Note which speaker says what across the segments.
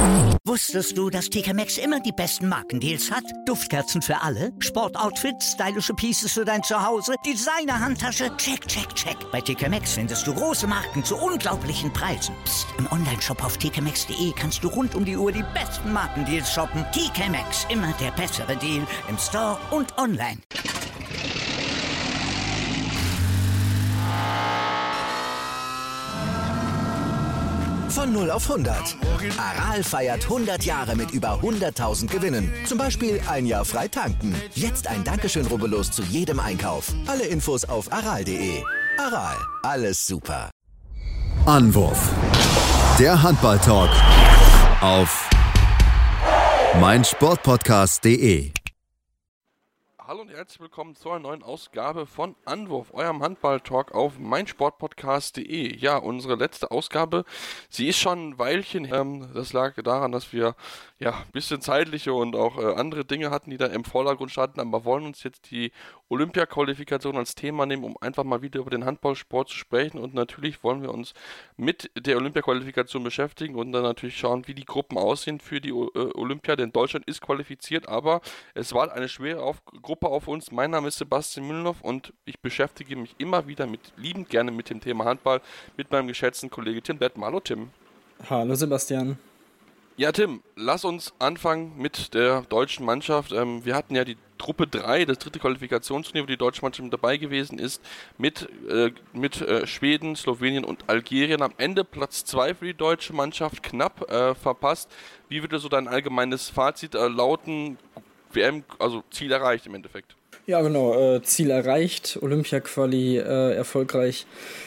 Speaker 1: Wusstest du, dass TK Maxx immer die besten Markendeals hat? Duftkerzen für alle, Sportoutfits, stylische Pieces für dein Zuhause, Designer-Handtasche, check, check, check. Bei TK Maxx findest du große Marken zu unglaublichen Preisen. Psst. Im Onlineshop auf tkmaxx.de kannst du rund um die Uhr die besten Markendeals shoppen. TK Maxx, immer der bessere Deal im Store und online.
Speaker 2: Von 0 auf 100. Aral feiert 100 Jahre mit über 100.000 Gewinnen. Zum Beispiel ein Jahr frei tanken. Jetzt ein Dankeschön, rubbellos zu jedem Einkauf. Alle Infos auf aral.de. Aral, alles super.
Speaker 3: Anwurf. Der Handball-Talk auf meinsportpodcast.de.
Speaker 4: Hallo und herzlich willkommen zu einer neuen Ausgabe von Anwurf, eurem Handball-Talk auf meinsportpodcast.de. Ja, unsere letzte Ausgabe, sie ist schon ein Weilchen. Das lag daran, dass wir ein bisschen zeitliche und auch andere Dinge hatten, die da im Vordergrund standen. Aber wollen uns jetzt die Olympia-Qualifikation als Thema nehmen, um einfach mal wieder über den Handballsport zu sprechen. Und natürlich wollen wir uns mit der Olympia-Qualifikation beschäftigen und dann natürlich schauen, wie die Gruppen aussehen für die Olympia. Denn Deutschland ist qualifiziert, aber es war eine schwere Gruppe auf uns. Mein Name ist Sebastian Mühlenhoff und ich beschäftige mich immer wieder liebend gerne mit dem Thema Handball mit meinem geschätzten Kollegen Tim Bettmann. Hallo Tim.
Speaker 5: Hallo Sebastian.
Speaker 4: Ja Tim, lass uns anfangen mit der deutschen Mannschaft. Wir hatten ja die Truppe 3, das dritte Qualifikationsturnier, wo die deutsche Mannschaft mit dabei gewesen ist, mit Schweden, Slowenien und Algerien. Am Ende Platz 2 für die deutsche Mannschaft, knapp verpasst. Wie würde so dein allgemeines Fazit lauten? WM, also Ziel erreicht im Endeffekt.
Speaker 5: Ja, genau, Ziel erreicht, Olympia-Quali erfolgreich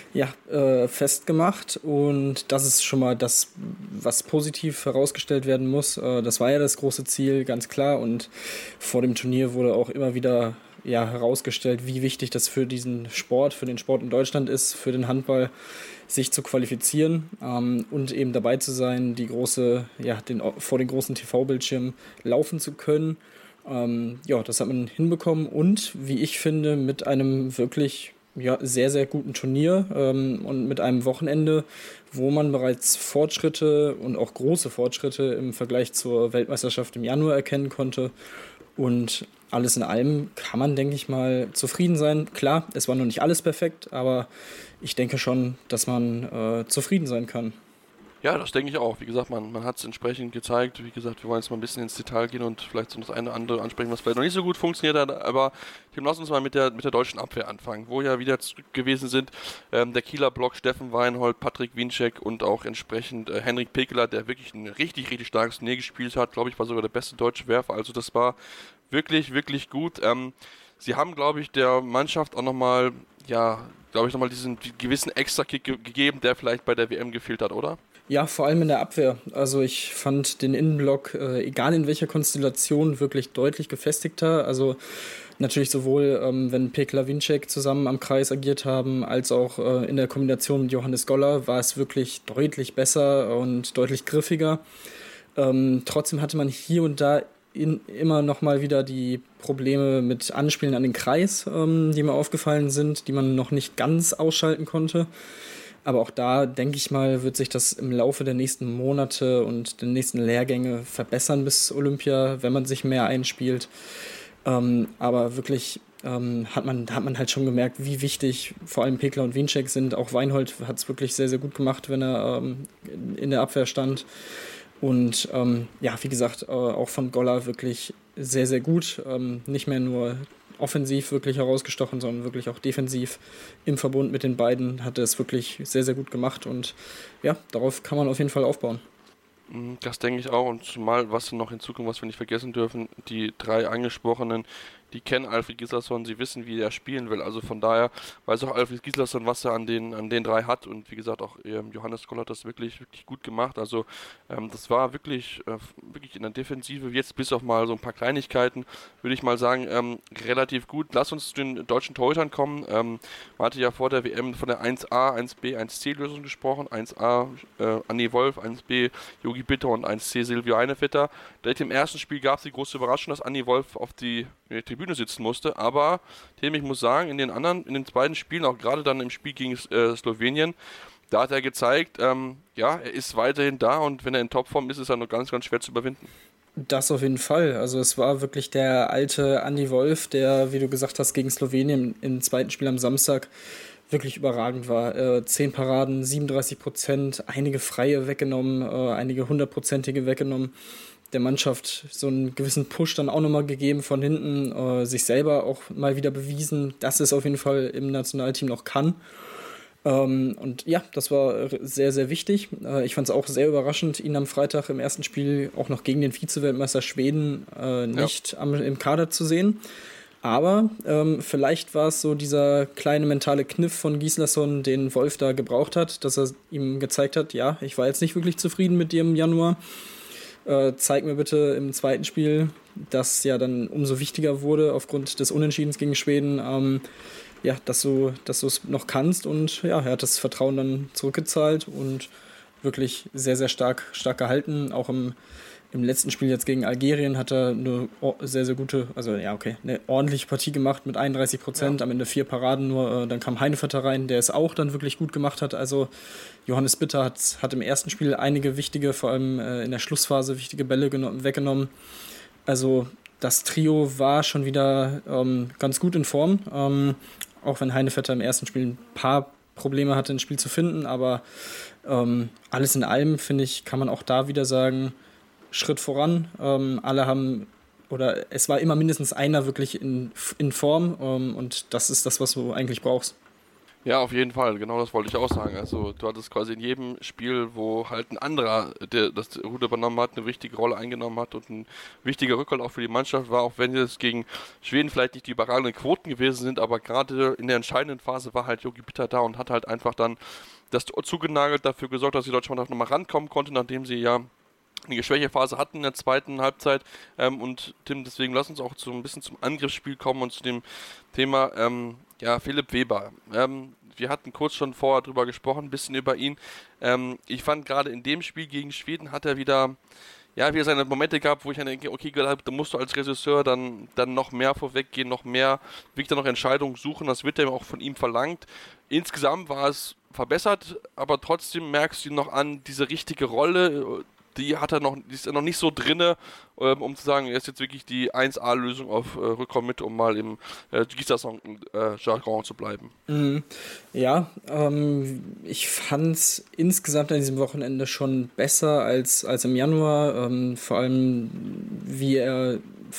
Speaker 5: festgemacht und das ist schon mal das, was positiv herausgestellt werden muss. Das war ja das große Ziel, ganz klar, und vor dem Turnier wurde auch immer wieder herausgestellt, wie wichtig das für diesen Sport, für den Sport in Deutschland ist, für den Handball, sich zu qualifizieren und eben dabei zu sein, vor den großen TV-Bildschirmen laufen zu können. Das hat man hinbekommen und, wie ich finde, mit einem wirklich sehr, sehr guten Turnier und mit einem Wochenende, wo man bereits Fortschritte und auch große Fortschritte im Vergleich zur Weltmeisterschaft im Januar erkennen konnte. Und alles in allem kann man, denke ich mal, zufrieden sein. Klar, es war noch nicht alles perfekt, aber ich denke schon, dass man zufrieden sein kann.
Speaker 4: Ja, das denke ich auch. Wie gesagt, man hat es entsprechend gezeigt. Wie gesagt, wir wollen jetzt mal ein bisschen ins Detail gehen und vielleicht so das eine oder andere ansprechen, was vielleicht noch nicht so gut funktioniert hat. Aber lass uns mal mit der deutschen Abwehr anfangen, wo ja wieder zurück gewesen sind der Kieler Block, Steffen Weinhold, Patrick Winczek und auch entsprechend Henrik Pekeler, der wirklich ein richtig, richtig starkes Turnier gespielt hat. Glaube ich, war sogar der beste deutsche Werfer. Also das war wirklich, wirklich gut. Sie haben, glaube ich, der Mannschaft auch nochmal, diesen gewissen Extra-Kick gegeben, der vielleicht bei der WM gefehlt hat, oder?
Speaker 5: Ja, vor allem in der Abwehr. Also ich fand den Innenblock, egal in welcher Konstellation, wirklich deutlich gefestigter. Also natürlich sowohl, wenn Pekeler Winczek zusammen am Kreis agiert haben, als auch in der Kombination mit Johannes Goller war es wirklich deutlich besser und deutlich griffiger. Trotzdem hatte man hier und da immer noch mal wieder die Probleme mit Anspielen an den Kreis, die mir aufgefallen sind, die man noch nicht ganz ausschalten konnte. Aber auch da, denke ich mal, wird sich das im Laufe der nächsten Monate und der nächsten Lehrgänge verbessern bis Olympia, wenn man sich mehr einspielt. Aber wirklich hat man halt schon gemerkt, wie wichtig vor allem Pekeler und Winczek sind. Auch Weinhold hat es wirklich sehr, sehr gut gemacht, wenn er in der Abwehr stand. Und wie gesagt, auch von Goller wirklich sehr, sehr gut. Nicht mehr nur offensiv wirklich herausgestochen, sondern wirklich auch defensiv im Verbund mit den beiden hat er es wirklich sehr, sehr gut gemacht und ja, darauf kann man auf jeden Fall aufbauen.
Speaker 4: Das denke ich auch und zumal, was noch hinzukommt, was wir nicht vergessen dürfen, die 3 angesprochenen, die kennen Alfred Gislason, sie wissen, wie er spielen will, also von daher weiß auch Alfred Gislason, was er an den 3 hat und wie gesagt auch Johannes Goller hat das wirklich, wirklich gut gemacht, also das war wirklich in der Defensive, jetzt bis auf mal so ein paar Kleinigkeiten, würde ich mal sagen, relativ gut. Lass uns zu den deutschen Torhütern kommen, man hatte ja vor der WM von der 1A, 1B, 1C Lösung gesprochen, 1A Anni Wolf, 1B Jogi Bitter und 1C Silvio Einevetter. Direkt im ersten Spiel gab es die große Überraschung, dass Anni Wolf auf die Tribüne sitzen musste, aber Tim, ich muss sagen, in den beiden Spielen, auch gerade dann im Spiel gegen Slowenien, da hat er gezeigt, er ist weiterhin da und wenn er in Topform ist, ist er noch ganz, ganz schwer zu überwinden.
Speaker 5: Das auf jeden Fall. Also es war wirklich der alte Andy Wolf, der, wie du gesagt hast, gegen Slowenien im zweiten Spiel am Samstag wirklich überragend war. 10 Paraden, 37%, einige Freie weggenommen, einige 100%ige weggenommen. Der Mannschaft so einen gewissen Push dann auch nochmal gegeben von hinten, sich selber auch mal wieder bewiesen, dass es auf jeden Fall im Nationalteam noch kann. Und ja, das war sehr, sehr wichtig. Ich fand es auch sehr überraschend, ihn am Freitag im ersten Spiel auch noch gegen den Vize-Weltmeister Schweden nicht im Kader zu sehen. Aber vielleicht war es so dieser kleine mentale Kniff von Gislason, den Wolf da gebraucht hat, dass er ihm gezeigt hat, ja, ich war jetzt nicht wirklich zufrieden mit dir im Januar. Zeig mir bitte im zweiten Spiel, das ja dann umso wichtiger wurde aufgrund des Unentschiedens gegen Schweden, dass du es noch kannst. Und ja, er hat das Vertrauen dann zurückgezahlt und wirklich sehr, sehr stark gehalten. Auch im letzten Spiel jetzt gegen Algerien hat er eine sehr, sehr gute, eine ordentliche Partie gemacht mit 31%, am Ende 4 Paraden nur. Dann kam Heinevetter rein, der es auch dann wirklich gut gemacht hat. Also Johannes Bitter hat im ersten Spiel einige wichtige, vor allem in der Schlussphase, wichtige Bälle weggenommen. Also das Trio war schon wieder ganz gut in Form, auch wenn Heinevetter im ersten Spiel ein paar Probleme hatte, ein Spiel zu finden. Aber alles in allem, finde ich, kann man auch da wieder sagen, Schritt voran. Alle haben, oder es war immer mindestens einer wirklich in Form, und das ist das, was du eigentlich brauchst.
Speaker 4: Ja, auf jeden Fall, genau das wollte ich auch sagen. Also du hattest quasi in jedem Spiel, wo halt ein anderer, der das Ruder übernommen hat, eine wichtige Rolle eingenommen hat und ein wichtiger Rückhalt auch für die Mannschaft war, auch wenn es gegen Schweden vielleicht nicht die überragenden Quoten gewesen sind, aber gerade in der entscheidenden Phase war halt Jogi Bitter da und hat halt einfach dann das zugenagelt, dafür gesorgt, dass die deutsche Mannschaft nochmal rankommen konnte, nachdem sie ja eine Schwächephase hatten in der zweiten Halbzeit. Und Tim, deswegen lass uns auch ein bisschen zum Angriffsspiel kommen und zu dem Thema Philipp Weber. Wir hatten kurz schon vorher drüber gesprochen, ein bisschen über ihn. Ich fand gerade in dem Spiel gegen Schweden hat er wieder seine Momente gehabt, wo ich dann denke, okay, da musst du als Regisseur dann noch mehr vorweggehen, noch mehr wirklich noch Entscheidungen suchen. Das wird ja auch von ihm verlangt. Insgesamt war es verbessert, aber trotzdem merkst du ihn noch an, diese richtige Rolle, die ist noch nicht so drinne, um zu sagen, er ist jetzt wirklich die 1A-Lösung auf Rückraum mit, um mal im Gislason-Jargon zu bleiben. Ich fand es insgesamt an diesem Wochenende schon besser als im Januar, vor allem wie er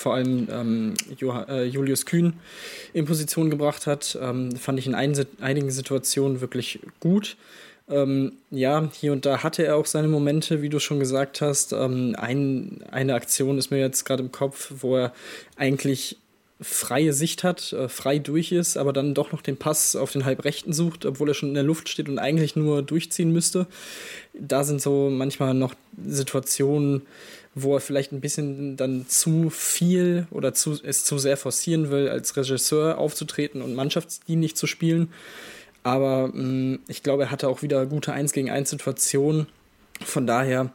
Speaker 4: Julius Kühn in Position gebracht hat, fand ich in einigen Situationen wirklich gut. Hier und da hatte er auch seine Momente, wie du schon gesagt hast. Eine Aktion ist mir jetzt gerade im Kopf, wo er eigentlich freie Sicht hat, frei durch ist, aber dann doch noch den Pass auf den Halbrechten sucht, obwohl er schon in der Luft steht und eigentlich nur durchziehen müsste. Da sind so manchmal noch Situationen, wo er vielleicht ein bisschen dann zu viel oder es zu sehr forcieren will, als Regisseur aufzutreten und mannschaftsdienlich zu spielen. Aber ich glaube, er hatte auch wieder gute 1-gegen-1 Situationen. Von daher,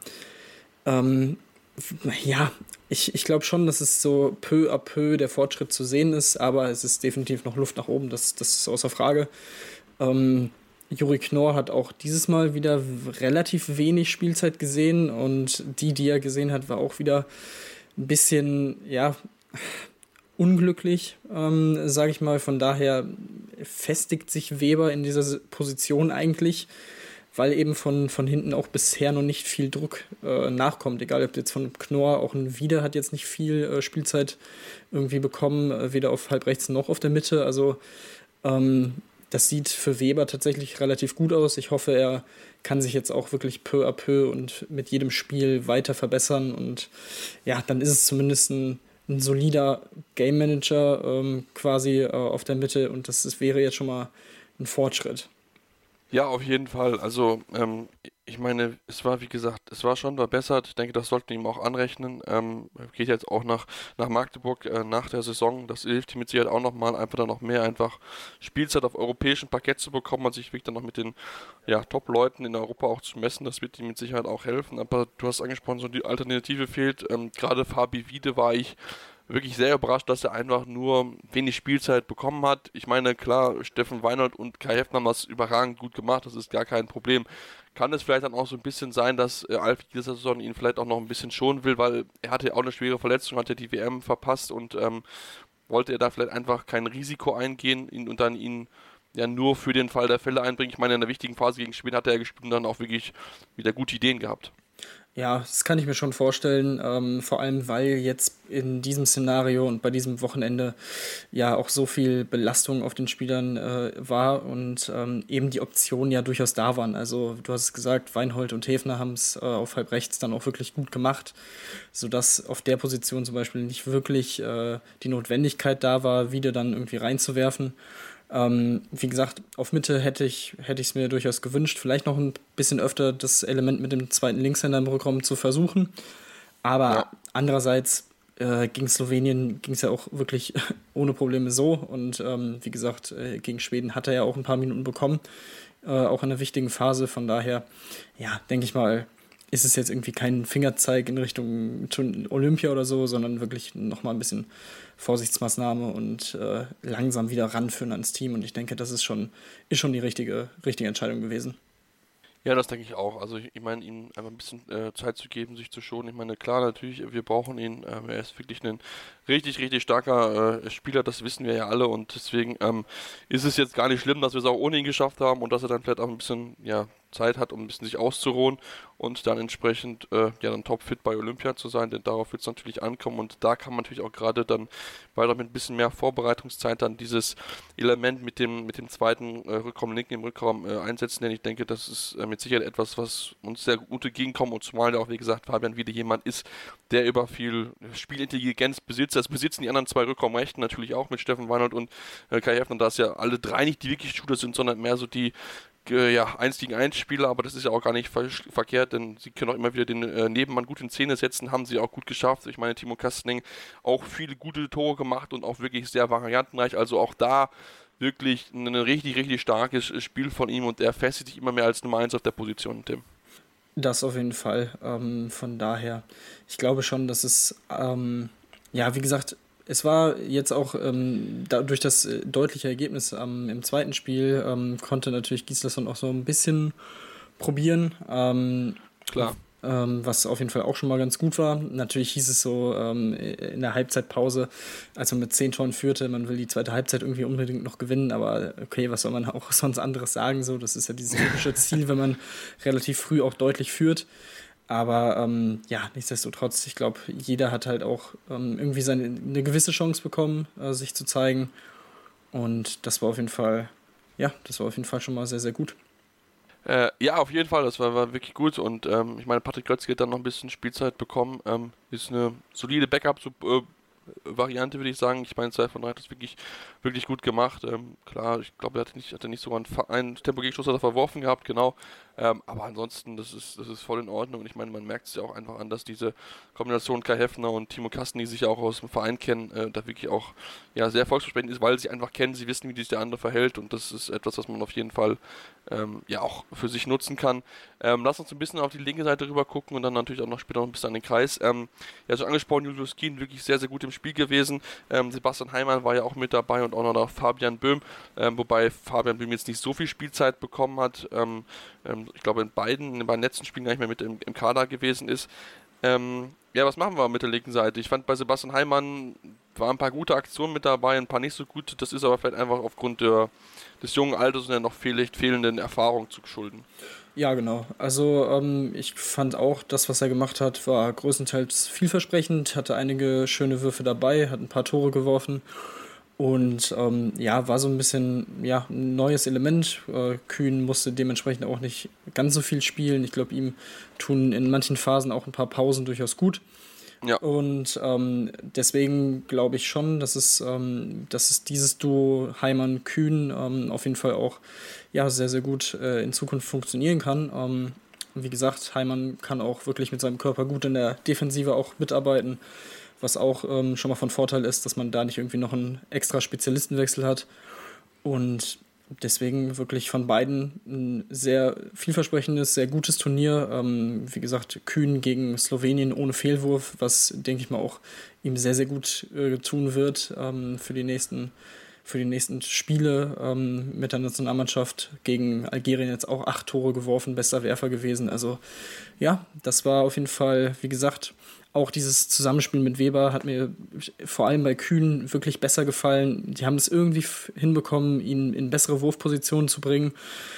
Speaker 4: ich glaube schon, dass es so peu à peu der Fortschritt zu sehen ist, aber es ist definitiv noch Luft nach oben, das ist außer Frage. Juri Knorr hat auch dieses Mal wieder relativ wenig Spielzeit gesehen und die er gesehen hat, war auch wieder ein bisschen, unglücklich, sage ich mal. Von daher festigt sich Weber in dieser Position eigentlich, weil eben von hinten auch bisher noch nicht viel Druck nachkommt. Egal, ob jetzt von Knorr, auch ein Wieder hat jetzt nicht viel Spielzeit irgendwie bekommen, weder auf halbrechts noch auf der Mitte. Also das sieht für Weber tatsächlich relativ gut aus. Ich hoffe, er kann sich jetzt auch wirklich peu à peu und mit jedem Spiel weiter verbessern. Und ja, dann ist es zumindest ein solider Game Manager quasi auf der Mitte und wäre jetzt schon mal ein Fortschritt. Ja, auf jeden Fall. Also ich meine, es war schon verbessert. Ich denke, das sollten wir ihm auch anrechnen. Geht jetzt auch nach Magdeburg nach der Saison. Das hilft ihm mit Sicherheit auch nochmal, einfach dann noch mehr Spielzeit auf europäischem Parkett zu bekommen und sich wirklich dann noch mit den Top-Leuten in Europa auch zu messen. Das wird ihm mit Sicherheit auch helfen. Aber du hast angesprochen, so die Alternative fehlt. Gerade Fabi Wiede war ich wirklich sehr überrascht, dass er einfach nur wenig Spielzeit bekommen hat. Ich meine, klar, Steffen Weinhold und Kai Heffner haben das überragend gut gemacht, das ist gar kein Problem. Kann es vielleicht dann auch so ein bisschen sein, dass Alfred diese Saison ihn vielleicht auch noch ein bisschen schonen will, weil er hatte ja auch eine schwere Verletzung, hat ja die WM verpasst und wollte er da vielleicht einfach kein Risiko eingehen und dann ihn ja nur für den Fall der Fälle einbringen. Ich meine, in der wichtigen Phase gegen Schweden hat er gespielt und dann auch wirklich wieder gute Ideen gehabt.
Speaker 5: Ja, das kann ich mir schon vorstellen, vor allem weil jetzt in diesem Szenario und bei diesem Wochenende ja auch so viel Belastung auf den Spielern war und eben die Optionen ja durchaus da waren. Also du hast es gesagt, Weinhold und Heffner haben es auf halb rechts dann auch wirklich gut gemacht, sodass auf der Position zum Beispiel nicht wirklich die Notwendigkeit da war, wieder dann irgendwie reinzuwerfen. Wie gesagt, auf Mitte hätte ich es mir durchaus gewünscht, vielleicht noch ein bisschen öfter das Element mit dem zweiten Linkshänder im Rückraum zu versuchen. Aber andererseits gegen Slowenien ging es ja auch wirklich ohne Probleme so. Und wie gesagt, gegen Schweden hat er ja auch ein paar Minuten bekommen, auch in einer wichtigen Phase. Von daher, ja, denke ich mal, ist es jetzt irgendwie kein Fingerzeig in Richtung Olympia oder so, sondern wirklich nochmal ein bisschen Vorsichtsmaßnahme und langsam wieder ranführen ans Team. Und ich denke, das ist schon die richtige Entscheidung gewesen.
Speaker 4: Ja, das denke ich auch. Also ich meine, ihm einfach ein bisschen Zeit zu geben, sich zu schonen. Ich meine, klar, natürlich, wir brauchen ihn. Er ist wirklich ein richtig, richtig starker Spieler, das wissen wir ja alle. Und deswegen ist es jetzt gar nicht schlimm, dass wir es auch ohne ihn geschafft haben und dass er dann vielleicht auch ein bisschen Zeit hat, um ein bisschen sich auszuruhen und dann entsprechend dann topfit bei Olympia zu sein, denn darauf wird es natürlich ankommen und da kann man natürlich auch gerade dann weiter mit ein bisschen mehr Vorbereitungszeit dann dieses Element mit dem zweiten Rückraum, linken im Rückraum einsetzen, denn ich denke, das ist mit Sicherheit etwas, was uns sehr gut entgegenkommt und zumal ja auch, wie gesagt, Fabian wieder jemand ist, der über viel Spielintelligenz besitzt. Das besitzen die anderen zwei Rückraumrechten natürlich auch mit Steffen Weinhold und Kai Heffner, da es ja alle drei nicht die wirklich Shooter sind, sondern mehr so die 1 gegen 1 Spieler, aber das ist ja auch gar nicht verkehrt, denn sie können auch immer wieder den Nebenmann gut in Szene setzen, haben sie auch gut geschafft. Ich meine, Timo Kastening auch viele gute Tore gemacht und auch wirklich sehr variantenreich, also auch da wirklich ein richtig, richtig starkes Spiel von ihm und er festigt sich immer mehr als Nummer 1 auf der Position, Tim.
Speaker 5: Das auf jeden Fall. Von daher, ich glaube schon, dass es, wie gesagt, es war jetzt auch durch das deutliche Ergebnis im zweiten Spiel konnte natürlich Gislason auch so ein bisschen probieren.
Speaker 4: Klar.
Speaker 5: Was auf jeden Fall auch schon mal ganz gut war. Natürlich hieß es so in der Halbzeitpause, als man mit 10 Toren führte, man will die zweite Halbzeit irgendwie unbedingt noch gewinnen, aber okay, was soll man auch sonst anderes sagen? So, das ist ja dieses typische Ziel, wenn man relativ früh auch deutlich führt. Aber nichtsdestotrotz, ich glaube, jeder hat halt auch irgendwie eine gewisse Chance bekommen, sich zu zeigen. Und das war auf jeden Fall schon mal sehr, sehr gut.
Speaker 4: Auf jeden Fall, das war wirklich gut und ich meine, Patrick Götzke hat dann noch ein bisschen Spielzeit bekommen, ist eine solide Backup-Variante, würde ich sagen. Ich meine, 2 von 3 hat das wirklich, wirklich gut gemacht. Klar, ich glaube, er hatte nicht sogar einen Tempo-Gegenstoß hat er verworfen gehabt, genau. Aber ansonsten, das ist voll in Ordnung und ich meine, man merkt es ja auch einfach an, dass diese Kombination Kai Heffner und Timo Kasten, die sich ja auch aus dem Verein kennen, da wirklich auch sehr erfolgsversprechend ist, weil sie einfach kennen, sie wissen, wie sich der andere verhält und das ist etwas, was man auf jeden Fall auch für sich nutzen kann. Lass uns ein bisschen auf die linke Seite rüber gucken und dann natürlich auch noch später noch ein bisschen an den Kreis. So angesprochen, Julius Kien wirklich sehr, sehr gut im Spiel gewesen. Sebastian Heimann war ja auch mit dabei und auch noch Fabian Böhm, wobei Fabian Böhm jetzt nicht so viel Spielzeit bekommen hat. Ich glaube, in beiden letzten Spielen gar nicht mehr mit im Kader gewesen ist. Was machen wir mit der linken Seite? Ich fand bei Sebastian Heimann waren ein paar gute Aktionen mit dabei, ein paar nicht so gute. Das ist aber vielleicht einfach aufgrund des jungen Alters und der noch fehlenden Erfahrung zu schulden.
Speaker 5: Ja, genau. Also ich fand auch, das, was er gemacht hat, war größtenteils vielversprechend, hatte einige schöne Würfe dabei, hat ein paar Tore geworfen und war so ein bisschen ein neues Element. Kühn musste dementsprechend auch nicht ganz so viel spielen. Ich glaube, ihm tun in manchen Phasen auch ein paar Pausen durchaus gut. Ja. Und deswegen glaube ich schon, dass es dieses Duo Heimann-Kühn auf jeden Fall auch sehr, sehr gut in Zukunft funktionieren kann. Wie gesagt, Heimann kann auch wirklich mit seinem Körper gut in der Defensive auch mitarbeiten, was auch schon mal von Vorteil ist, dass man da nicht irgendwie noch einen extra Spezialistenwechsel hat. Und deswegen wirklich von beiden ein sehr vielversprechendes, sehr gutes Turnier. Wie gesagt, kühn gegen Slowenien ohne Fehlwurf, was, denke ich mal, auch ihm sehr, sehr gut tun wird für die nächsten Spiele mit der Nationalmannschaft. Gegen Algerien jetzt auch 8 Tore geworfen, bester Werfer gewesen. Also ja, das war auf jeden Fall, wie gesagt, auch dieses Zusammenspiel mit Weber hat mir vor allem bei Kühn wirklich besser gefallen. Die haben es irgendwie hinbekommen, ihn in bessere Wurfpositionen zu bringen.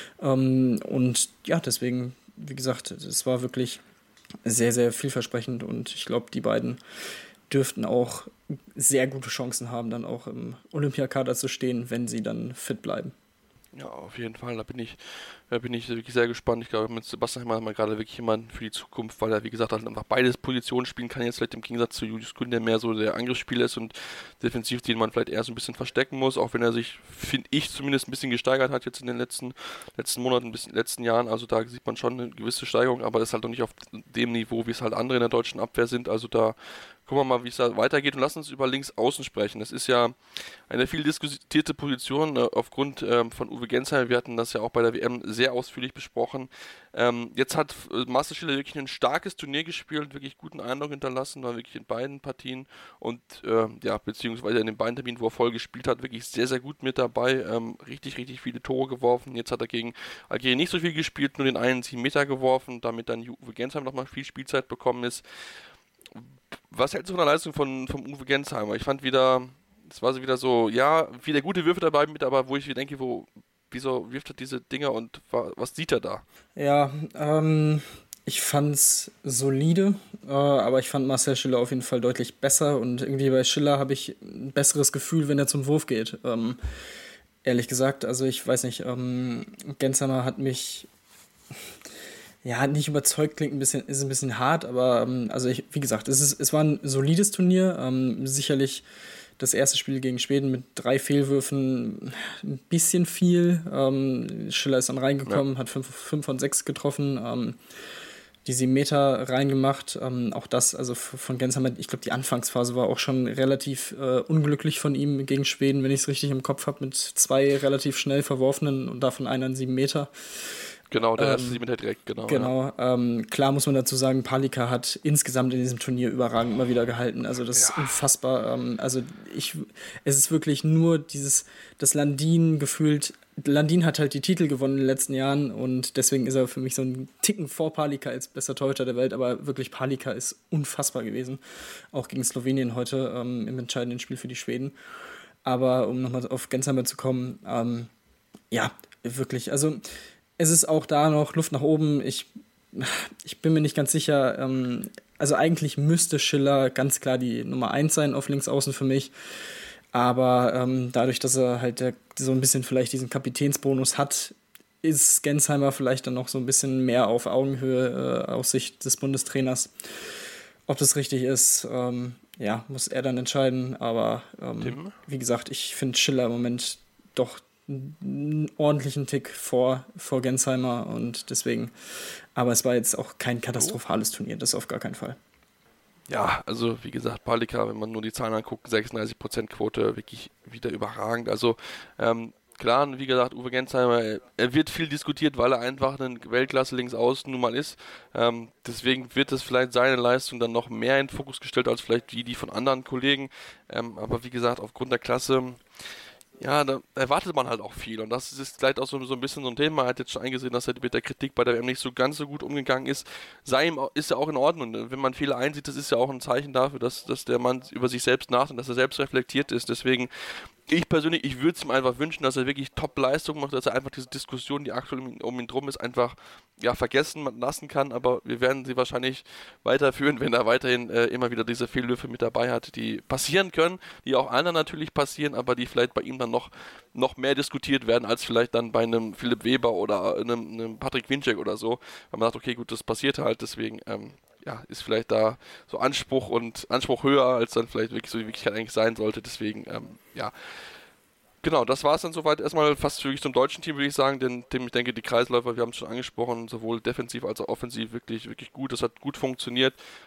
Speaker 5: Und ja, deswegen, wie gesagt, es war wirklich sehr, sehr vielversprechend. Und ich glaube, die beiden dürften auch sehr gute Chancen haben, dann auch im Olympiakader zu stehen, wenn sie dann fit bleiben.
Speaker 4: Ja, auf jeden Fall, da bin ich wirklich sehr gespannt. Ich glaube, mit Sebastian haben wir gerade wirklich jemanden für die Zukunft, weil er, wie gesagt, halt einfach beides Positionen spielen kann, jetzt vielleicht im Gegensatz zu Julius Kühn, der mehr so der Angriffsspieler ist und defensiv, den man vielleicht eher so ein bisschen verstecken muss, auch wenn er sich, finde ich, zumindest ein bisschen gesteigert hat jetzt in den letzten Monaten, letzten Jahren. Also da sieht man schon eine gewisse Steigerung, aber das ist halt noch nicht auf dem Niveau, wie es halt andere in der deutschen Abwehr sind. Also da gucken wir mal, wie es da weitergeht und lass uns über links außen sprechen. Das ist ja eine viel diskutierte Position aufgrund von Uwe Gensheimer. Wir hatten das ja auch bei der WM sehr ausführlich besprochen. Jetzt hat Marcel Schiller wirklich ein starkes Turnier gespielt, wirklich guten Eindruck hinterlassen, war wirklich in beiden Partien und beziehungsweise in den beiden Terminen, wo er voll gespielt hat, wirklich sehr, sehr gut mit dabei. Richtig, richtig viele Tore geworfen. Jetzt hat er gegen Algerien nicht so viel gespielt, nur den einen 7 Meter geworfen, damit dann Uwe Gensheimer nochmal viel Spielzeit bekommen ist. Was hältst du von der Leistung von Uwe Gensheimer? Ich fand es war wieder so, ja, wieder gute Würfe dabei mit, aber wo ich mir denke, wieso wirft er diese Dinger und was sieht er da?
Speaker 5: Ja, ich fand's solide, aber ich fand Marcel Schiller auf jeden Fall deutlich besser und irgendwie bei Schiller habe ich ein besseres Gefühl, wenn er zum Wurf geht. Ehrlich gesagt, also ich weiß nicht, Gensheimer hat mich nicht überzeugt, ist ein bisschen hart, aber wie gesagt, es war ein solides Turnier, sicherlich das erste Spiel gegen Schweden mit 3 Fehlwürfen ein bisschen viel. Schiller ist dann reingekommen, hat 5 von 6 getroffen, die 7 Meter reingemacht. Auch das, also von Gensheimer, ich glaube, die Anfangsphase war auch schon relativ unglücklich von ihm gegen Schweden, wenn ich es richtig im Kopf habe, mit 2 relativ schnell verworfenen und davon einen 7 Meter.
Speaker 4: Genau, der erste 7 Meter direkt, genau.
Speaker 5: Genau, ja. Klar muss man dazu sagen, Palika hat insgesamt in diesem Turnier überragend immer wieder gehalten. Also das ist unfassbar. Es ist wirklich nur das Landin gefühlt. Landin hat halt die Titel gewonnen in den letzten Jahren und deswegen ist er für mich so ein Ticken vor Palika als bester Torhüter der Welt, aber wirklich Palika ist unfassbar gewesen. Auch gegen Slowenien heute im entscheidenden Spiel für die Schweden. Aber um nochmal auf Gensheimer zu kommen, wirklich, also es ist auch da noch Luft nach oben. Ich bin mir nicht ganz sicher. Also eigentlich müsste Schiller ganz klar die Nummer 1 sein auf Linksaußen für mich. Aber dadurch, dass er halt so ein bisschen vielleicht diesen Kapitänsbonus hat, ist Gensheimer vielleicht dann noch so ein bisschen mehr auf Augenhöhe aus Sicht des Bundestrainers. Ob das richtig ist, muss er dann entscheiden. Aber wie gesagt, ich finde Schiller im Moment doch einen ordentlichen Tick vor Gensheimer und deswegen, aber es war jetzt auch kein katastrophales Turnier, das auf gar keinen Fall.
Speaker 4: Ja, also wie gesagt, Palika, wenn man nur die Zahlen anguckt, 36% Quote, wirklich wieder überragend. Also klar, wie gesagt, Uwe Gensheimer, er wird viel diskutiert, weil er einfach ein Weltklasse Linksaußen nun mal ist. Deswegen wird es vielleicht seine Leistung dann noch mehr in den Fokus gestellt als vielleicht die von anderen Kollegen. Aber wie gesagt, aufgrund der Klasse, ja, da erwartet man halt auch viel und das ist vielleicht auch so ein bisschen so ein Thema. Er hat jetzt schon eingesehen, dass er mit der Kritik bei der WM nicht so ganz so gut umgegangen ist. Ist ja auch in Ordnung. Wenn man Fehler einsieht, das ist ja auch ein Zeichen dafür, dass der Mann über sich selbst nachdenkt, dass er selbst reflektiert ist. Deswegen, ich persönlich, ich würde es ihm einfach wünschen, dass er wirklich Top-Leistung macht, dass er einfach diese Diskussion, die aktuell um ihn drum ist, einfach vergessen lassen kann, aber wir werden sie wahrscheinlich weiterführen, wenn er weiterhin immer wieder diese Fehlwürfe mit dabei hat, die passieren können, die auch anderen natürlich passieren, aber die vielleicht bei ihm dann noch mehr diskutiert werden, als vielleicht dann bei einem Philipp Weber oder einem Patrick Winczek oder so, weil man sagt, okay, gut, das passiert halt, deswegen ist vielleicht da so Anspruch höher, als dann vielleicht wirklich so die Wirklichkeit eigentlich sein sollte, deswegen, Genau, das war es dann soweit erstmal fast wirklich zum deutschen Team, würde ich sagen, denn ich denke, die Kreisläufer, wir haben es schon angesprochen, sowohl defensiv als auch offensiv wirklich, wirklich gut, das hat gut funktioniert.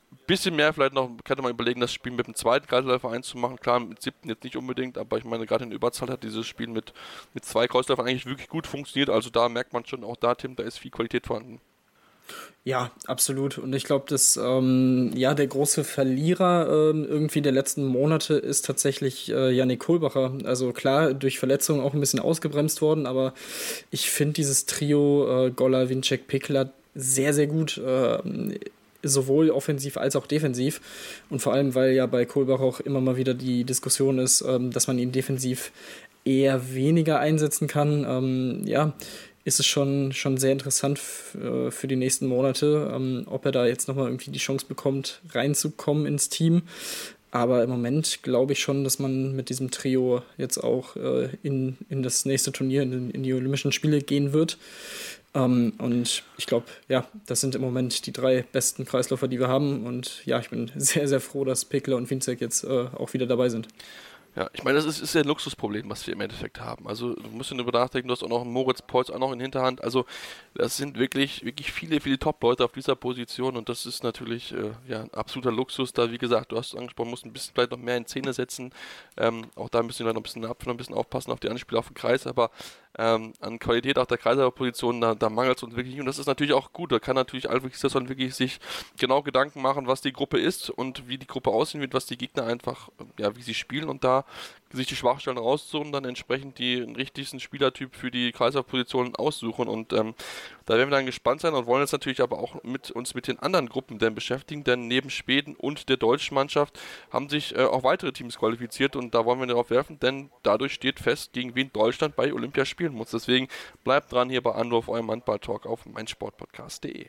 Speaker 4: bisschen mehr vielleicht noch, könnte man überlegen, das Spiel mit dem zweiten Kreisläufer einzumachen. Klar, mit 7. jetzt nicht unbedingt, aber ich meine, gerade in der Überzahl hat dieses Spiel mit 2 Kreisläufern eigentlich wirklich gut funktioniert. Also da merkt man schon auch da, Tim, da ist viel Qualität vorhanden.
Speaker 5: Ja, absolut. Und ich glaube, dass der große Verlierer irgendwie der letzten Monate ist tatsächlich Yannick Kohlbacher. Also klar, durch Verletzungen auch ein bisschen ausgebremst worden, aber ich finde dieses Trio Goller, Winczek, Pickler sehr, sehr gut. Sowohl offensiv als auch defensiv. Und vor allem, weil ja bei Kohlbach auch immer mal wieder die Diskussion ist, dass man ihn defensiv eher weniger einsetzen kann. Ist es schon sehr interessant für die nächsten Monate, ob er da jetzt nochmal irgendwie die Chance bekommt, reinzukommen ins Team. Aber im Moment glaube ich schon, dass man mit diesem Trio jetzt auch in das nächste Turnier, in die Olympischen Spiele gehen wird. Und ich glaube, das sind im Moment die 3 besten Kreisläufer, die wir haben. Und ja, ich bin sehr, sehr froh, dass Pickler und Winczek jetzt auch wieder dabei sind.
Speaker 4: Ja, ich meine, das ist ja ein Luxusproblem, was wir im Endeffekt haben. Also du musst darüber nachdenken, du hast auch noch einen Moritz Polz auch noch in Hinterhand. Also das sind wirklich viele, viele Top-Leute auf dieser Position und das ist natürlich ein absoluter Luxus. Da, wie gesagt, du hast es angesprochen, musst ein bisschen vielleicht noch mehr in Szene setzen. Auch da müssen wir noch ein bisschen aufpassen auf die Anspiele auf den Kreis, aber an Qualität auf der Kreisläuferposition, da mangelt es uns wirklich nicht. Und das ist natürlich auch gut. Da kann natürlich Alfred Gislason wirklich sich genau Gedanken machen, was die Gruppe ist und wie die Gruppe aussehen wird, was die Gegner einfach, wie sie spielen und da sich die Schwachstellen raussuchen, dann entsprechend den richtigsten Spielertyp für die Kreislaufpositionen aussuchen und da werden wir dann gespannt sein und wollen jetzt natürlich aber auch uns mit den anderen Gruppen dann beschäftigen, denn neben Schweden und der deutschen Mannschaft haben sich auch weitere Teams qualifiziert und da wollen wir darauf werfen, denn dadurch steht fest, gegen wen Deutschland bei Olympia spielen muss. Deswegen bleibt dran hier bei Anwurf, eurem Handball-Talk auf meinsportpodcast.de.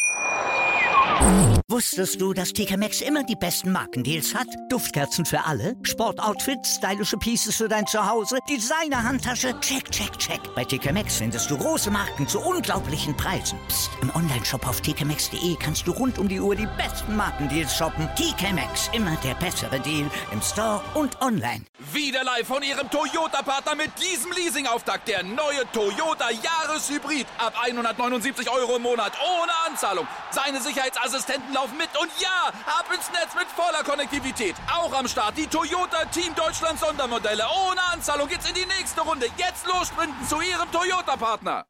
Speaker 1: Wusstest du, dass TK Maxx immer die besten Markendeals hat? Duftkerzen für alle, Sportoutfits, stylische Pieces für dein Zuhause, Designer-Handtasche, check, check, check. Bei TK Maxx findest du große Marken zu unglaublichen Preisen. Psst. Im Onlineshop auf tkmaxx.de kannst du rund um die Uhr die besten Markendeals shoppen. TK Maxx, immer der bessere Deal im Store und online.
Speaker 6: Wieder live von Ihrem Toyota-Partner mit diesem Leasing-Auftakt. Der neue Toyota Jahreshybrid. Ab 179 € im Monat ohne Anzahlung. Seine Sicherheitsassistenten laufen mit und ja, ab ins Netz mit voller Konnektivität. Auch am Start die Toyota Team Deutschland Sondermodelle. Ohne Anzahlung geht's in die nächste Runde. Jetzt los sprinten zu Ihrem Toyota-Partner.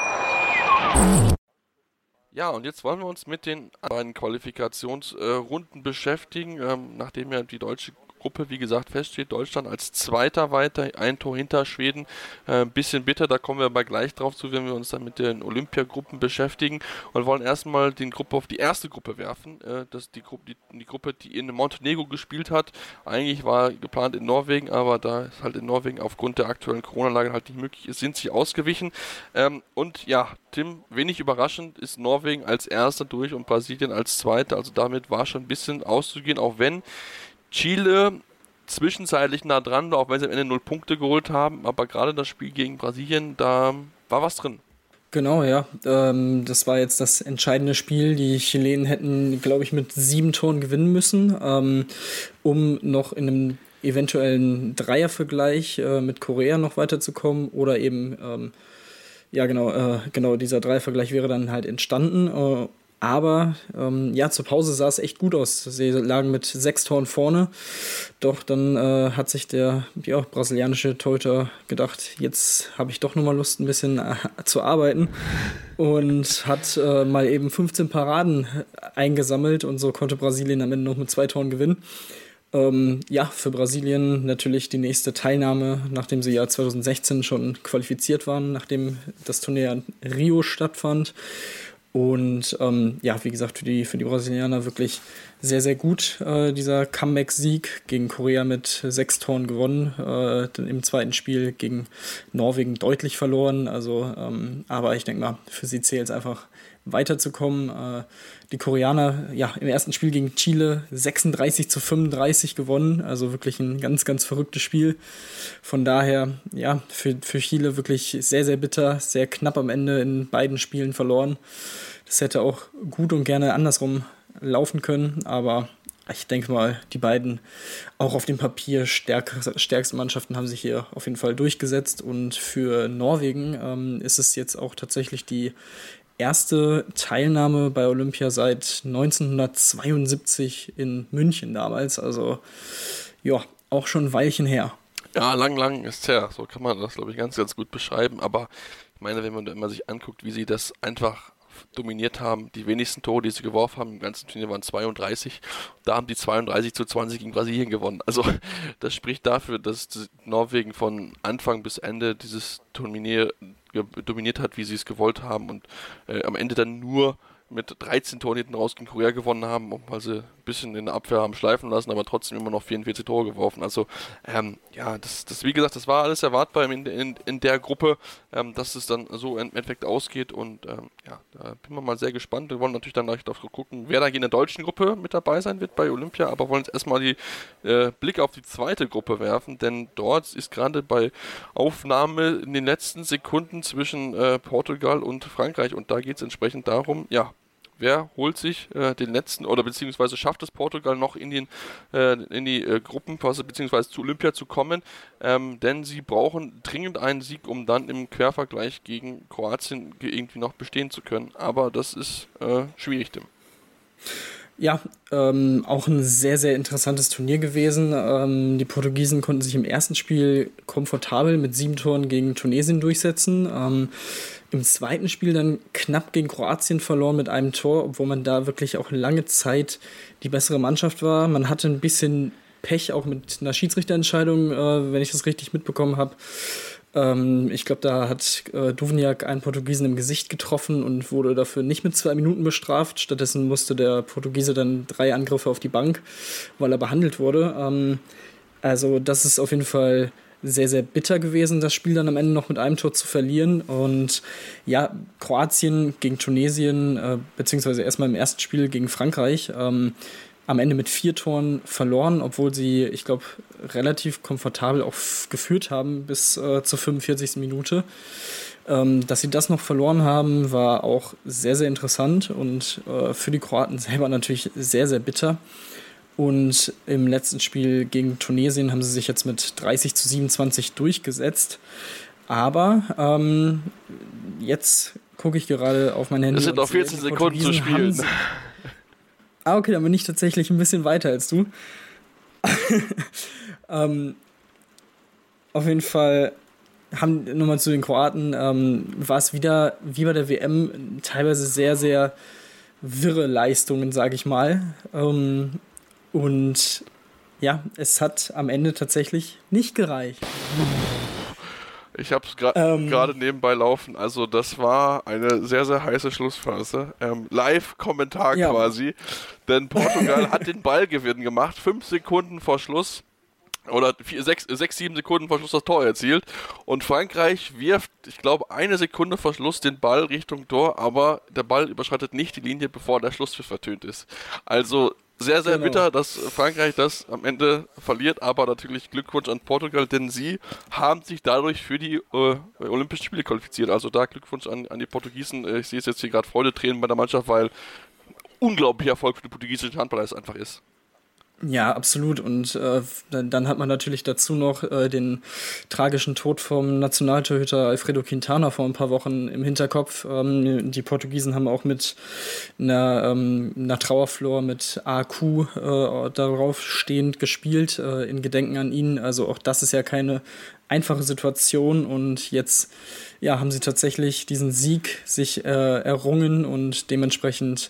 Speaker 4: Ja, und jetzt wollen wir uns mit den beiden Qualifikationsrunden beschäftigen, nachdem ja die deutsche Gruppe, wie gesagt, feststeht. Deutschland als Zweiter weiter, ein Tor hinter Schweden. Ein bisschen bitter, da kommen wir aber gleich drauf zu, wenn wir uns dann mit den Olympiagruppen beschäftigen und wollen erstmal die Gruppe auf die erste Gruppe werfen. Das ist die Gruppe, die in Montenegro gespielt hat. Eigentlich war geplant in Norwegen, aber da es halt in Norwegen aufgrund der aktuellen Corona-Lage halt nicht möglich ist, sind sie ausgewichen. Und ja, Tim, wenig überraschend ist Norwegen als Erster durch und Brasilien als Zweiter. Also damit war schon ein bisschen auszugehen, auch wenn Chile zwischenzeitlich nah dran war, auch wenn sie am Ende 0 Punkte geholt haben, aber gerade das Spiel gegen Brasilien, da war was drin.
Speaker 5: Genau, ja. Das war jetzt das entscheidende Spiel. Die Chilenen hätten, glaube ich, mit 7 Toren gewinnen müssen, um noch in einem eventuellen Dreiervergleich mit Korea noch weiterzukommen oder eben, genau, dieser Dreiervergleich wäre dann halt entstanden. Aber zur Pause sah es echt gut aus. Sie lagen mit 6 Toren vorne. Doch dann hat sich der brasilianische Torhüter gedacht, jetzt habe ich doch nochmal Lust, ein bisschen zu arbeiten. Und hat mal eben 15 Paraden eingesammelt. Und so konnte Brasilien am Ende noch mit 2 Toren gewinnen. Für Brasilien natürlich die nächste Teilnahme, nachdem sie ja 2016 schon qualifiziert waren, nachdem das Turnier in Rio stattfand. Und wie gesagt, für die Brasilianer wirklich sehr, sehr gut, dieser Comeback-Sieg gegen Korea mit 6 Toren gewonnen, dann im zweiten Spiel gegen Norwegen deutlich verloren. Also, aber ich denke mal, für sie zählt es einfach weiterzukommen. Die Koreaner, im ersten Spiel gegen Chile 36-35 gewonnen, also wirklich ein ganz, ganz verrücktes Spiel. Von daher, für Chile wirklich sehr, sehr bitter, sehr knapp am Ende in beiden Spielen verloren. Das hätte auch gut und gerne andersrum laufen können, aber ich denke mal, die beiden auch auf dem Papier stärksten Mannschaften haben sich hier auf jeden Fall durchgesetzt und für Norwegen ist es jetzt auch tatsächlich die erste Teilnahme bei Olympia seit 1972 in München damals. Also ja, auch schon ein Weilchen her.
Speaker 4: Ja, lang ist her. So kann man das, glaube ich, ganz, ganz gut beschreiben. Aber ich meine, wenn man immer sich anguckt, wie sie das einfach dominiert haben, die wenigsten Tore, die sie geworfen haben im ganzen Turnier, waren 32. Da haben die 32-20 gegen Brasilien gewonnen. Also das spricht dafür, dass Norwegen von Anfang bis Ende dieses Turnier dominiert hat, wie sie es gewollt haben und am Ende dann nur mit 13 Toren hinten raus gegen Korea gewonnen haben, weil sie ein bisschen in der Abwehr haben schleifen lassen, aber trotzdem immer noch 44 Tore geworfen. Also, ja, das wie gesagt, das war alles erwartbar in der Gruppe, dass es dann so im Endeffekt ausgeht und ja, da bin wir mal sehr gespannt. Wir wollen natürlich dann gleich darauf gucken, wer da in der deutschen Gruppe mit dabei sein wird bei Olympia, aber wollen jetzt erstmal die Blick auf die zweite Gruppe werfen, denn dort ist gerade bei Aufnahme in den letzten Sekunden zwischen Portugal und Frankreich und da geht es entsprechend darum, ja, wer holt sich den letzten oder beziehungsweise schafft es Portugal noch in die Gruppenphase beziehungsweise zu Olympia zu kommen, denn sie brauchen dringend einen Sieg, um dann im Quervergleich gegen Kroatien irgendwie noch bestehen zu können. Aber das ist schwierig, Tim.
Speaker 5: Ja, auch ein sehr, sehr interessantes Turnier gewesen. Die Portugiesen konnten sich im ersten Spiel komfortabel mit 7 Toren gegen Tunesien durchsetzen. Im zweiten Spiel dann knapp gegen Kroatien verloren mit einem Tor, obwohl man da wirklich auch lange Zeit die bessere Mannschaft war. Man hatte ein bisschen Pech auch mit einer Schiedsrichterentscheidung, wenn ich das richtig mitbekommen habe. Ich glaube, da hat Duvniak einen Portugiesen im Gesicht getroffen und wurde dafür nicht mit 2 Minuten bestraft. Stattdessen musste der Portugiese dann 3 Angriffe auf die Bank, weil er behandelt wurde. Also das ist auf jeden Fall sehr, sehr bitter gewesen, das Spiel dann am Ende noch mit einem Tor zu verlieren. Und ja, Kroatien gegen Tunesien, beziehungsweise erstmal im ersten Spiel gegen Frankreich, am Ende mit 4 Toren verloren, obwohl sie, ich glaube, relativ komfortabel auch geführt haben bis zur 45. Minute. Dass sie das noch verloren haben, war auch sehr, sehr interessant und für die Kroaten selber natürlich sehr, sehr bitter. Und im letzten Spiel gegen Tunesien haben sie sich jetzt mit 30-27 durchgesetzt. Aber jetzt gucke ich gerade auf mein Handy.
Speaker 4: Es sind noch 14 Sekunden zu spielen.
Speaker 5: Okay, dann bin ich tatsächlich ein bisschen weiter als du. Auf jeden Fall nochmal zu den Kroaten, war es wieder wie bei der WM teilweise sehr, sehr wirre Leistungen, sage ich mal. Und ja, es hat am Ende tatsächlich nicht gereicht.
Speaker 4: Ich habe es gerade nebenbei laufen. Also das war eine sehr, sehr heiße Schlussphase. Live-Kommentar quasi. Denn Portugal hat den Ballgewinn gemacht. 5 Sekunden vor Schluss. Oder 6-7 Sekunden vor Schluss das Tor erzielt. Und Frankreich wirft, ich glaube, 1 Sekunde vor Schluss den Ball Richtung Tor. Aber der Ball überschreitet nicht die Linie, bevor der Schlusspfiff vertönt ist. Also sehr, sehr bitter, dass Frankreich das am Ende verliert, aber natürlich Glückwunsch an Portugal, denn sie haben sich dadurch für die Olympischen Spiele qualifiziert. Also da Glückwunsch an die Portugiesen. Ich sehe es jetzt hier gerade Freudentränen bei der Mannschaft, weil unglaublicher Erfolg für die portugiesischen Handballer es einfach ist.
Speaker 5: Ja, absolut. Und dann hat man natürlich dazu noch den tragischen Tod vom Nationaltorhüter Alfredo Quintana vor ein paar Wochen im Hinterkopf. Die Portugiesen haben auch mit einer Trauerflor mit AQ darauf stehend gespielt, in Gedenken an ihn. Also auch das ist ja keine einfache Situation. Und jetzt haben sie tatsächlich diesen Sieg sich errungen und dementsprechend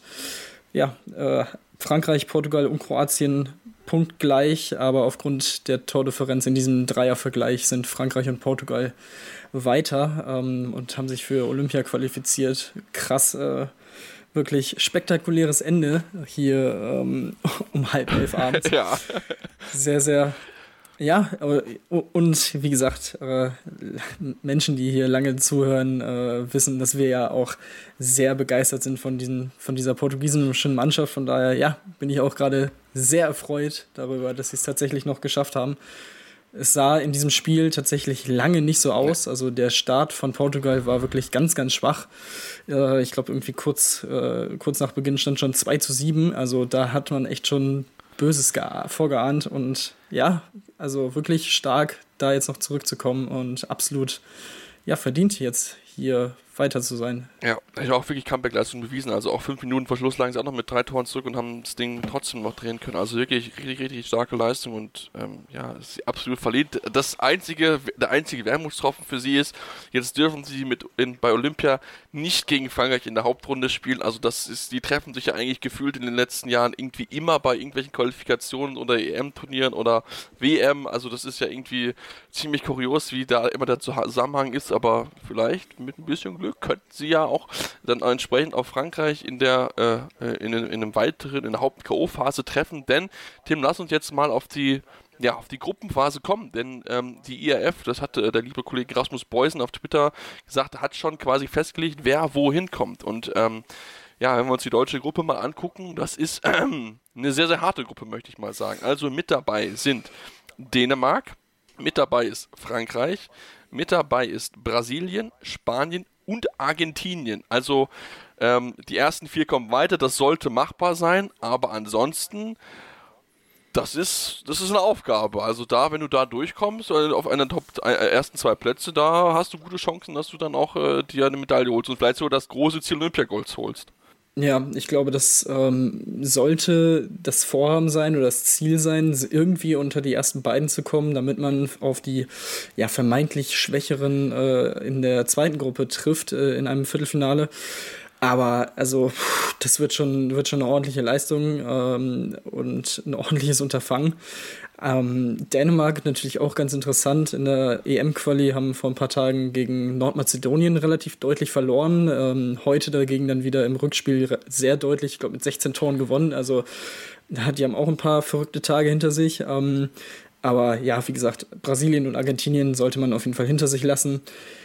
Speaker 5: Frankreich, Portugal und Kroatien punktgleich, aber aufgrund der Tordifferenz in diesem Dreiervergleich sind Frankreich und Portugal weiter und haben sich für Olympia qualifiziert. Krass, wirklich spektakuläres Ende hier um 10:30 abends.
Speaker 4: Ja.
Speaker 5: Sehr, sehr. Ja, und wie gesagt, Menschen, die hier lange zuhören, wissen, dass wir ja auch sehr begeistert sind von dieser portugiesischen Mannschaft. Von daher, bin ich auch gerade sehr erfreut darüber, dass sie es tatsächlich noch geschafft haben. Es sah in diesem Spiel tatsächlich lange nicht so aus. Also der Start von Portugal war wirklich ganz, ganz schwach. Ich glaube, irgendwie kurz nach Beginn stand schon 2-7. Also da hat man echt schon Böses vorgeahnt und also wirklich stark, da jetzt noch zurückzukommen und absolut verdient jetzt hier weiter zu sein.
Speaker 4: Ja, ich habe auch wirklich Comeback-Leistung bewiesen. Also auch 5 Minuten vor Schluss lagen sie auch noch mit 3 Toren zurück und haben das Ding trotzdem noch drehen können. Also wirklich richtig, richtig starke Leistung und es ist absolut verliebt. Der einzige Wermutstropfen für sie ist, jetzt dürfen sie bei Olympia nicht gegen Frankreich in der Hauptrunde spielen. Also die treffen sich ja eigentlich gefühlt in den letzten Jahren irgendwie immer bei irgendwelchen Qualifikationen oder EM-Turnieren oder WM. Also das ist ja irgendwie ziemlich kurios, wie da immer der Zusammenhang ist, aber vielleicht mit ein bisschen Glück könnten sie ja auch dann entsprechend auf Frankreich in der Haupt-KO-Phase treffen, denn Tim, lass uns jetzt mal auf die Gruppenphase kommen, denn die IAF, das hat der liebe Kollege Rasmus Beusen auf Twitter gesagt, hat schon quasi festgelegt, wer wohin kommt und wenn wir uns die deutsche Gruppe mal angucken, das ist eine sehr, sehr harte Gruppe, möchte ich mal sagen. Also mit dabei sind Dänemark, mit dabei ist Frankreich, mit dabei ist Brasilien, Spanien und Argentinien. Also die ersten 4 kommen weiter, das sollte machbar sein, aber ansonsten, das ist eine Aufgabe. Also da, wenn du da durchkommst, auf einer ersten 2 Plätze, da hast du gute Chancen, dass du dann auch dir eine Medaille holst und vielleicht sogar das große Ziel Olympiagold holst. Ja,
Speaker 5: ich glaube, das sollte das Vorhaben sein oder das Ziel sein, irgendwie unter die ersten beiden zu kommen, damit man auf die vermeintlich Schwächeren in der zweiten Gruppe trifft in einem Viertelfinale. Aber also das wird schon eine ordentliche Leistung und ein ordentliches Unterfangen. Dänemark natürlich auch ganz interessant. In der EM-Quali haben vor ein paar Tagen gegen Nordmazedonien relativ deutlich verloren. Heute dagegen dann wieder im Rückspiel sehr deutlich, ich glaube mit 16 Toren gewonnen. Also die haben auch ein paar verrückte Tage hinter sich. Aber ja, wie gesagt, Brasilien und Argentinien sollte man auf jeden Fall hinter sich lassen.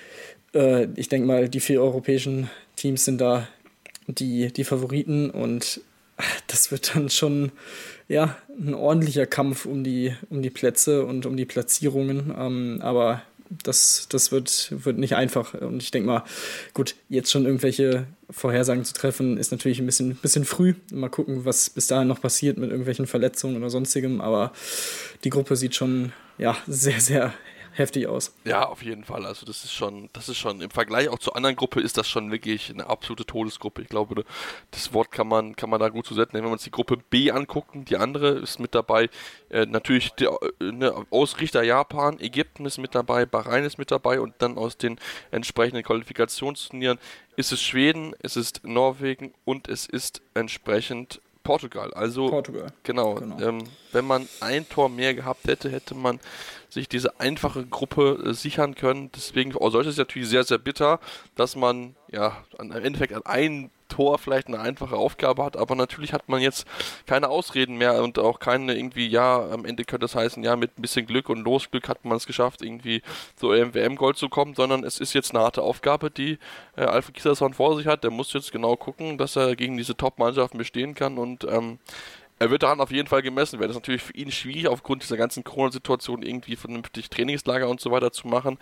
Speaker 5: Ich denke mal, die 4 europäischen Teams sind da die Favoriten und das wird dann schon ein ordentlicher Kampf um die Plätze und um die Platzierungen, aber das wird nicht einfach und ich denke mal, gut, jetzt schon irgendwelche Vorhersagen zu treffen, ist natürlich ein bisschen früh. Mal gucken, was bis dahin noch passiert mit irgendwelchen Verletzungen oder sonstigem, aber die Gruppe sieht schon sehr, sehr heftig aus.
Speaker 4: Ja, auf jeden Fall. Also das ist schon im Vergleich auch zur anderen Gruppe ist das schon wirklich eine absolute Todesgruppe. Ich glaube, das Wort kann man da gut zusetzen. Wenn wir uns die Gruppe B angucken, die andere ist mit dabei. Natürlich der Ausrichter Japan, Ägypten ist mit dabei, Bahrain ist mit dabei und dann aus den entsprechenden Qualifikationsturnieren ist es Schweden, es ist Norwegen und es ist entsprechend Portugal. Also genau. Wenn man ein Tor mehr gehabt hätte, hätte man sich diese einfache Gruppe sichern können. Deswegen sollte es natürlich sehr, sehr bitter, dass man im Endeffekt an einem Tor vielleicht eine einfache Aufgabe hat, aber natürlich hat man jetzt keine Ausreden mehr und auch keine irgendwie, am Ende könnte es heißen, mit ein bisschen Glück und Losglück hat man es geschafft, irgendwie so im WM-Gold zu kommen, sondern es ist jetzt eine harte Aufgabe, die Alfred Gislason vor sich hat. Der muss jetzt genau gucken, dass er gegen diese Top-Mannschaften bestehen kann und er wird daran auf jeden Fall gemessen werden. Das ist natürlich für ihn schwierig, aufgrund dieser ganzen Corona-Situation irgendwie vernünftig Trainingslager und so weiter zu machen.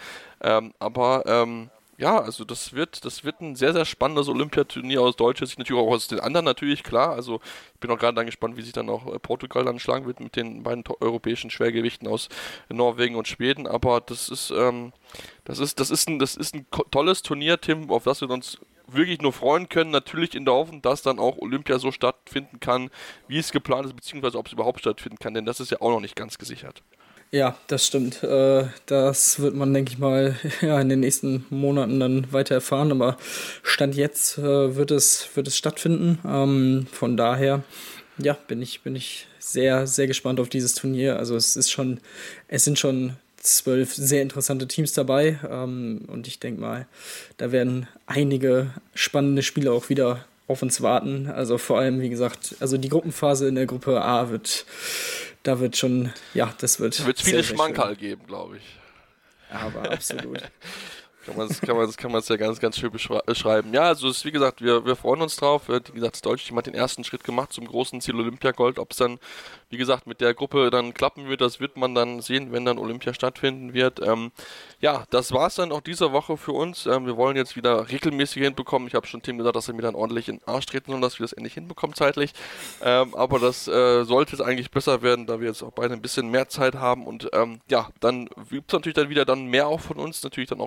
Speaker 4: Also das wird ein sehr, sehr spannendes Olympiaturnier aus deutscher Sicht, natürlich auch aus den anderen natürlich, klar. Also ich bin auch gerade dann gespannt, wie sich dann auch Portugal dann schlagen wird mit den beiden europäischen Schwergewichten aus Norwegen und Schweden. Aber das ist ein tolles Turnier, Tim, auf das wir uns wirklich nur freuen können, natürlich in der Hoffnung, dass dann auch Olympia so stattfinden kann, wie es geplant ist, beziehungsweise ob es überhaupt stattfinden kann, denn das ist ja auch noch nicht ganz gesichert.
Speaker 5: Ja, das stimmt. Das wird man, denke ich mal, in den nächsten Monaten dann weiter erfahren, aber Stand jetzt wird es stattfinden. Von daher, bin ich sehr, sehr gespannt auf dieses Turnier. Also es sind schon 12 sehr interessante Teams dabei und ich denke mal, da werden einige spannende Spiele auch wieder auf uns warten. Also vor allem, wie gesagt, die Gruppenphase in der Gruppe A wird schon, das wird
Speaker 4: viele Schmankerl geben, glaube ich.
Speaker 5: Aber absolut.
Speaker 4: kann man es ja ganz, ganz schön beschreiben. Ja, also wie gesagt, wir freuen uns drauf. Wie gesagt, das deutsche Team hat den ersten Schritt gemacht zum großen Ziel Olympiagold. Ob es dann, wie gesagt, mit der Gruppe dann klappen wird, das wird man dann sehen, wenn dann Olympia stattfinden wird. Das war es dann auch diese Woche für uns. Wir wollen jetzt wieder regelmäßig hinbekommen. Ich habe schon Tim gesagt, dass er mir dann ordentlich in den Arsch treten soll, dass wir das endlich hinbekommen zeitlich. Aber das sollte jetzt eigentlich besser werden, da wir jetzt auch beide ein bisschen mehr Zeit haben. Und dann gibt es natürlich dann wieder mehr auch von uns, natürlich dann auch in den nächsten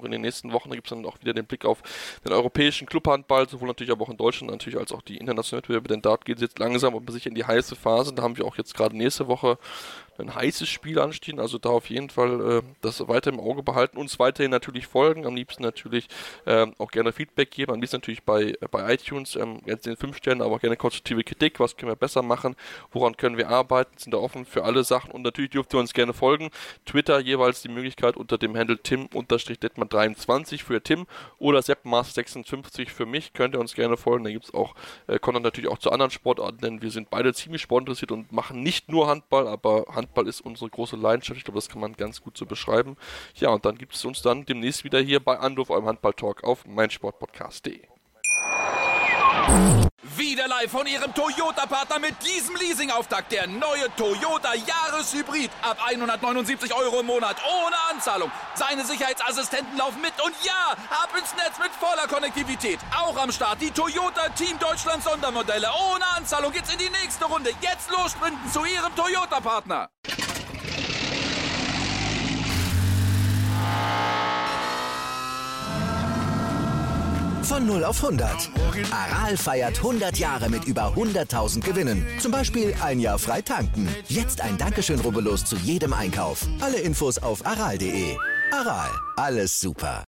Speaker 4: nächsten Wochen. Da gibt es dann auch wieder den Blick auf den europäischen Clubhandball, sowohl natürlich aber auch in Deutschland natürlich als auch die internationalen Wettbewerbe, denn dort geht es jetzt langsam aber sicher in die heiße Phase. Da haben wir auch jetzt gerade nächste Woche ein heißes Spiel anstehen, also da auf jeden Fall das weiter im Auge behalten, uns weiterhin natürlich folgen, am liebsten natürlich auch gerne Feedback geben, am liebsten natürlich bei iTunes, jetzt den 5 Sternen, aber auch gerne konstruktive Kritik, was können wir besser machen, woran können wir arbeiten, sind da offen für alle Sachen und natürlich dürft ihr uns gerne folgen. Twitter jeweils die Möglichkeit unter dem Handle Tim_Detman23 für Tim oder Seppmaß56 für mich, könnt ihr uns gerne folgen, da gibt es auch Content natürlich auch zu anderen Sportarten, denn wir sind beide ziemlich sportinteressiert und machen nicht nur Handball, aber Handball ist unsere große Leidenschaft. Ich glaube, das kann man ganz gut so beschreiben. Ja, und dann gibt es uns dann demnächst wieder hier bei Anruf, eurem Handball-Talk auf meinsportpodcast.de.
Speaker 6: Wieder live von Ihrem Toyota-Partner mit diesem Leasing-Auftakt. Der neue Toyota Jahreshybrid. Ab 179 € im Monat. Ohne Anzahlung. Seine Sicherheitsassistenten laufen mit. Und ja, ab ins Netz mit voller Konnektivität. Auch am Start die Toyota Team Deutschland Sondermodelle. Ohne Anzahlung geht's in die nächste Runde. Jetzt los sprinten zu Ihrem Toyota-Partner.
Speaker 2: Von 0 auf 100. Aral feiert 100 Jahre mit über 100.000 Gewinnen. Zum Beispiel ein Jahr frei tanken. Jetzt ein Dankeschön, rubbellos zu jedem Einkauf. Alle Infos auf aral.de. Aral, alles super.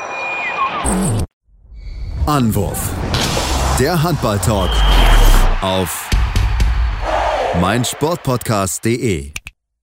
Speaker 3: Anwurf. Der Handball-Talk auf meinsportpodcast.de.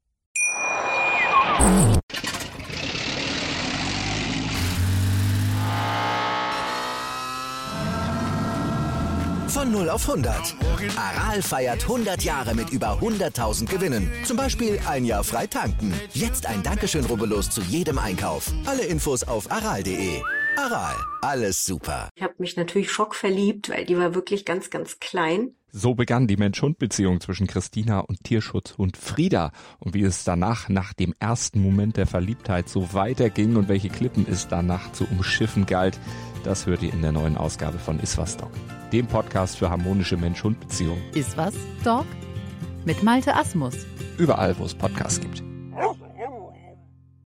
Speaker 2: Von 0 auf 100. Aral feiert 100 Jahre mit über 100.000 Gewinnen. Zum Beispiel ein Jahr frei tanken. Jetzt ein Dankeschön, rubbellos zu jedem Einkauf. Alle Infos auf aral.de. Aral, alles super.
Speaker 7: Ich habe mich natürlich schockverliebt, weil die war wirklich ganz, ganz klein.
Speaker 8: So begann die Mensch-Hund-Beziehung zwischen Christina und Tierschutzhund Frieda. Und wie es danach, nach dem ersten Moment der Verliebtheit, so weiterging und welche Klippen es danach zu umschiffen galt, das hört ihr in der neuen Ausgabe von Iswas Dog, dem Podcast für harmonische Mensch-Hund-Beziehungen.
Speaker 9: Iswas Dog? Mit Malte Asmus.
Speaker 8: Überall, wo es Podcasts gibt.